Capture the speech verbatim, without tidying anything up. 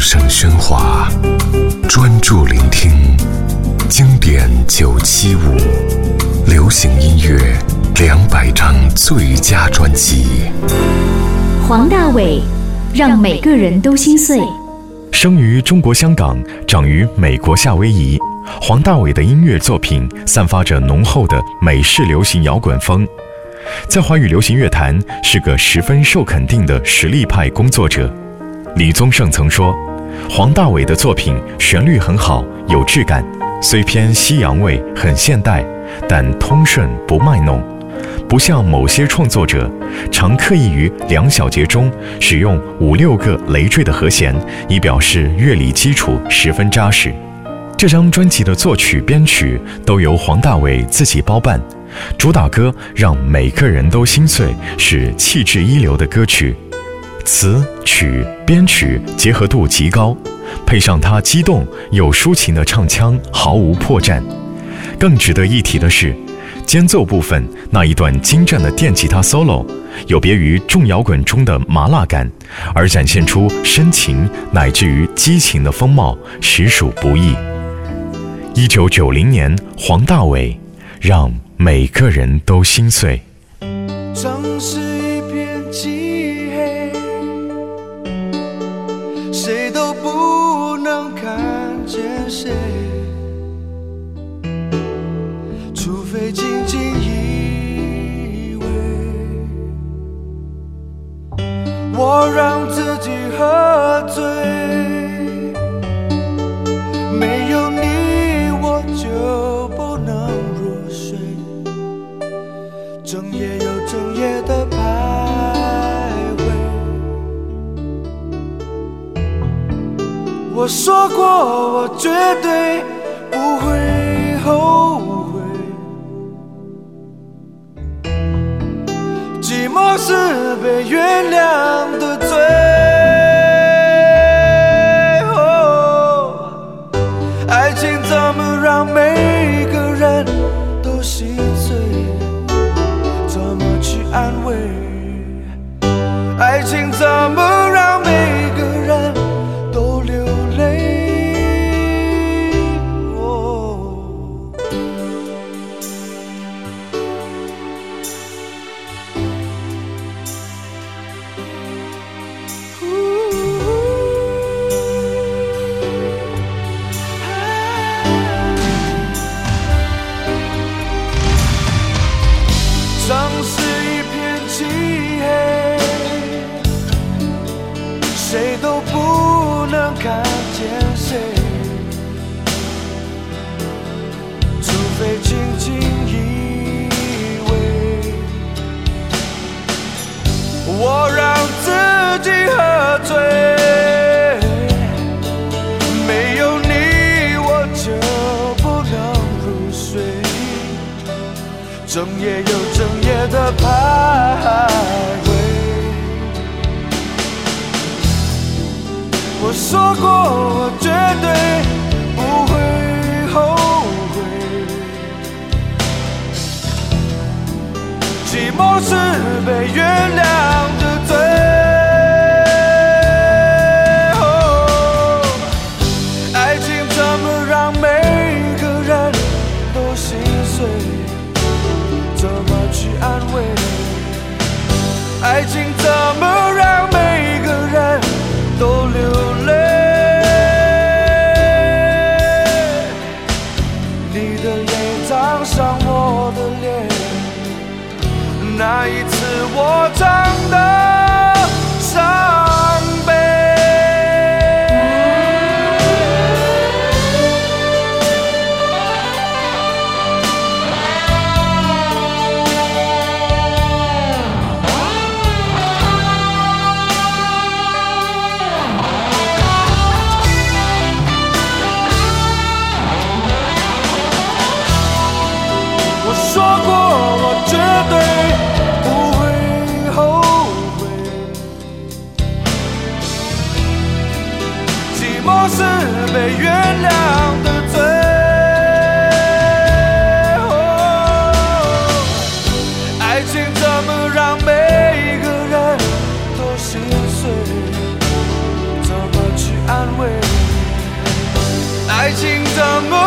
声喧哗，专注聆听经典九七五，流行音乐两百张最佳专辑。 黄大炜，让每个人都心碎。 生于中国香港，长于美国夏威夷，黄大炜的音乐作品散发着浓厚的美式流行摇滚风，在华语流行乐坛是个十分受肯定的实力派工作者。李宗盛曾说，黄大炜的作品旋律很好，有质感，虽偏西洋味，很现代，但通顺不卖弄，不像某些创作者常刻意于两小节中使用五六个累赘的和弦，以表示乐理基础十分扎实。这张专辑的作曲编曲都由黄大炜自己包办，主打歌《让每个人都心碎》是气质一流的歌曲，词曲编曲结合度极高，配上他激动又抒情的唱腔，毫无破绽。更值得一提的是，间奏部分那一段精湛的电吉他 solo， 有别于重摇滚中的麻辣感，而展现出深情乃至于激情的风貌，实属不易。一九九零年，黄大炜，让每个人都心碎。 城市一片漆黑，谁都不能看见谁，除非紧紧依偎。我让自己喝醉，没有你我就不能入睡，整夜又整夜的徘徊。我说过我绝对不会后悔，寂寞是被原谅的罪。爱情怎么让每个人都心碎？怎么去安慰？爱情怎么让每个人都流泪？哦，城市一片漆黑，谁都不能看见谁，除非轻轻依偎。我让自己喝醉，没有你我就不能入睡，整夜又整夜的徘徊。我说过我绝对不会后悔，寂寞是被原谅的罪。哦，爱情怎么让每个人都心碎？怎么去安慰？爱情怎么让每个人都流泪？你的泪脏上我的脸，那一次我唱的伤悲。说过我绝对不会后悔，寂寞是被原谅的罪。哦，爱情怎么让每个人都心碎？怎么去安慰？ 爱情的梦。